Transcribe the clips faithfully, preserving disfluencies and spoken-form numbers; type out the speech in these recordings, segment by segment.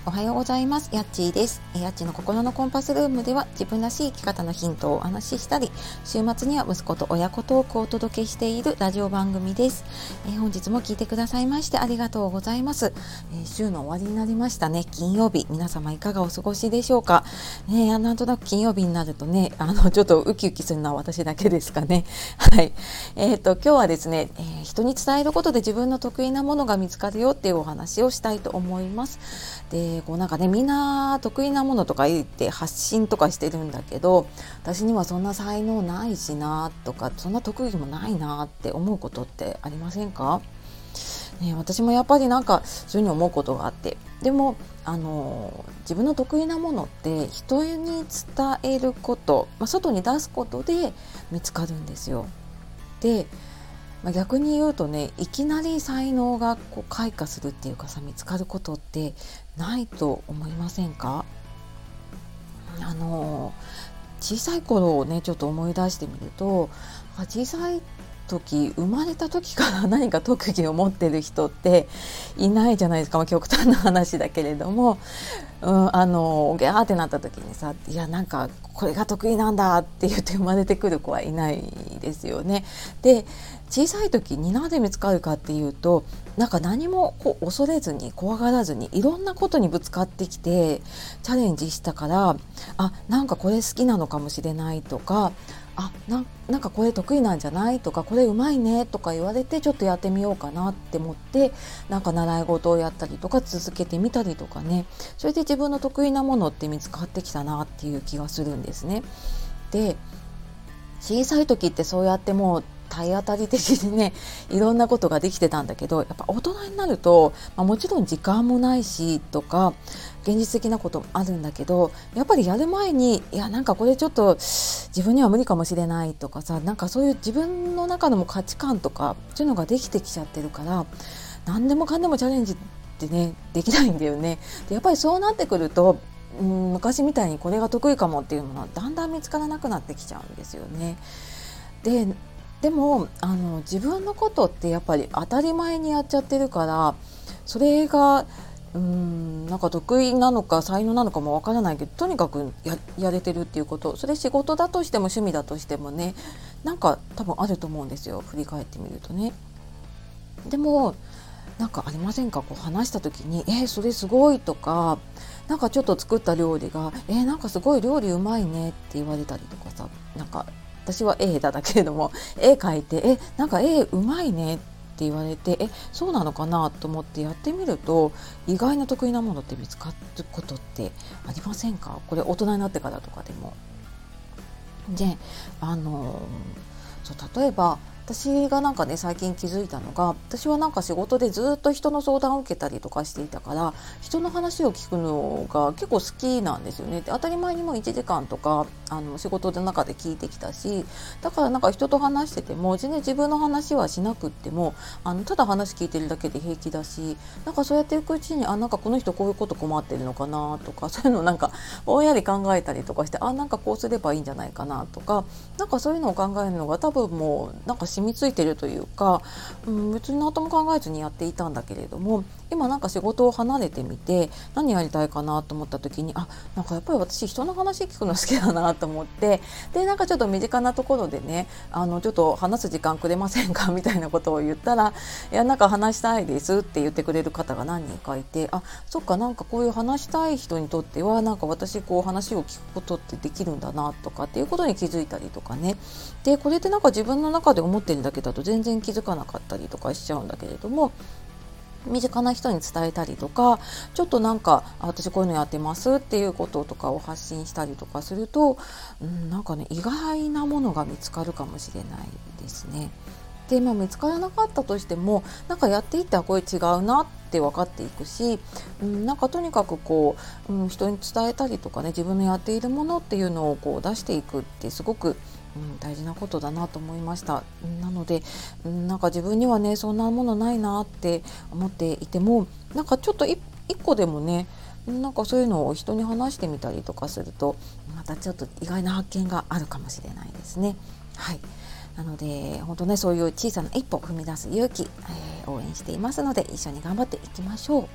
おはようございます。やっちーです。やっちの心のコンパスルームでは自分らしい生き方のヒントをお話ししたり、週末には息子と親子トークをお届けしているラジオ番組です。えー、本日も聞いてくださいましてありがとうございます。えー、週の終わりになりましたね。金曜日、皆様いかがお過ごしでしょうか。ね、なんとなく金曜日になるとね、あのちょっとウキウキするのは私だけですかね。はい。えっと今日はですね、えー、人に伝えることで自分の得意なものが見つかるよっていうお話をしたいと思います。でこうなんかね、みんな得意なものとか言って発信とかしてるんだけど、私にはそんな才能ないしなとか、そんな特技もないなって思うことってありませんか？ね、私もやっぱりなんかそういうふうに思うことがあって、でもあの自分の得意なものって人に伝えること、まあ、外に出すことで見つかるんですよ。でまあ、逆に言うとね、いきなり才能がこう開花するっていうかさ、見つかることってないと思いませんか？あの小さい頃をねちょっと思い出してみると、小さい時、生まれた時から何か特技を持ってる人っていないじゃないですか。まあ、極端な話だけれども、うん、あのギャーってなった時にさ、いやなんかこれが得意なんだって言って生まれてくる子はいないですよね。で小さい時になぜ見つかるかっていうと、なんか何もこう恐れずに怖がらずにいろんなことにぶつかってきてチャレンジしたから、あ、なんかこれ好きなのかもしれないとか、あ な, なんかこれ得意なんじゃないとか、これうまいねとか言われてちょっとやってみようかなって思って、なんか習い事をやったりとか続けてみたりとかね、それで自分の得意なものって見つかってきたなっていう気がするんですね。で小さい時ってそうやってもう体当たり的にね、いろんなことができてたんだけど、やっぱ大人になると、まあ、もちろん時間もないしとか現実的なこともあるんだけど、やっぱりやる前に、いやなんかこれちょっと自分には無理かもしれないとかさ、なんかそういう自分の中でも価値観とかそういうのができてきちゃってるから、何でもかんでもチャレンジってねできないんだよね。でやっぱりそうなってくると、うん、昔みたいにこれが得意かもっていうのはだんだん見つからなくなってきちゃうんですよね。ででもあの自分のことってやっぱり当たり前にやっちゃってるから、それがうーんなんか得意なのか才能なのかもわからないけど、とにかく や, やれてるっていうこと、それ仕事だとしても趣味だとしてもね、なんか多分あると思うんですよ、振り返ってみるとね。でもなんかありませんか、こう話した時にえー、それすごいとか、なんかちょっと作った料理がえー、なんかすごい料理うまいねって言われたりとかさ、なんか私は絵下手だけれども絵描いてえなんか絵うまいねって言われて、えそうなのかなと思ってやってみると、意外な得意なものって見つかることってありませんか？これ大人になってからとかでも。であのそう例えば私がなんかね最近気づいたのが、私はなんか仕事でずっと人の相談を受けたりとかしていたから、人の話を聞くのが結構好きなんですよね。で当たり前にもいちじかんとかあの仕事の中で聞いてきたし、だからなんか人と話してても全然自分の話はしなくっても、あのただ話聞いてるだけで平気だし、なんかそうやっていくうちに、あなんかこの人こういうこと困ってるのかなとか、そういうのをなんかぼんやり考えたりとかして、あなんかこうすればいいんじゃないかなとか、なんかそういうのを考えるのが多分もうなんか染みついてるというか、うん、別に何とも考えずにやっていたんだけれども、今なんか仕事を離れてみて何やりたいかなと思った時に、あなんかやっぱり私人の話聞くの好きだなと思って、でなんかちょっと身近なところでね、あのちょっと話す時間くれませんかみたいなことを言ったら、いやなんか話したいですって言ってくれる方が何人かいて、あそっか、なんかこういう話したい人にとってはなんか私こう話を聞くことってできるんだなとかっていうことに気づいたりとかね。でこれってなんか自分の中で思ってるだけだと全然気づかなかったりとかしちゃうんだけれども、身近な人に伝えたりとか、ちょっとなんか私こういうのやってますっていうこととかを発信したりとかすると、うん、なんかね意外なものが見つかるかもしれないですね。で、まあ、見つからなかったとしても、なんかやっていったらこれ違うなって分かっていくし、うん、なんかとにかくこう、うん、人に伝えたりとかね、自分のやっているものっていうのをこう出していくってすごくうん、大事なことだなと思いました。なので、うん、なんか自分にはねそんなものないなって思っていても、なんかちょっと一個でもね、なんかそういうのを人に話してみたりとかすると、またちょっと意外な発見があるかもしれないですね。はい。なので本当ね、そういう小さな一歩踏み出す勇気、えー、応援していますので、一緒に頑張っていきましょう。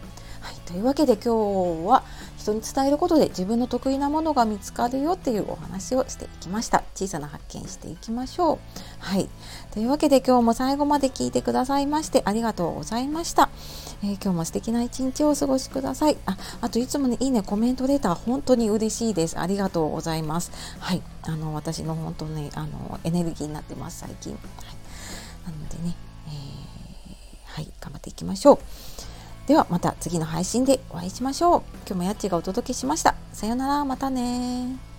はい、というわけで今日は人に伝えることで自分の得意なものが見つかるよっていうお話をしていきました。小さな発見していきましょう。はい、というわけで今日も最後まで聞いてくださいましてありがとうございました。えー、今日も素敵な一日をお過ごしください。あ、あといつもねいいねコメントレター本当に嬉しいです。ありがとうございます。はい、あの私の本当ねあのエネルギーになってます最近。はい、なのでね、えー、はい頑張っていきましょう。ではまた次の配信でお会いしましょう。今日もやっちがお届けしました。さようなら、またね。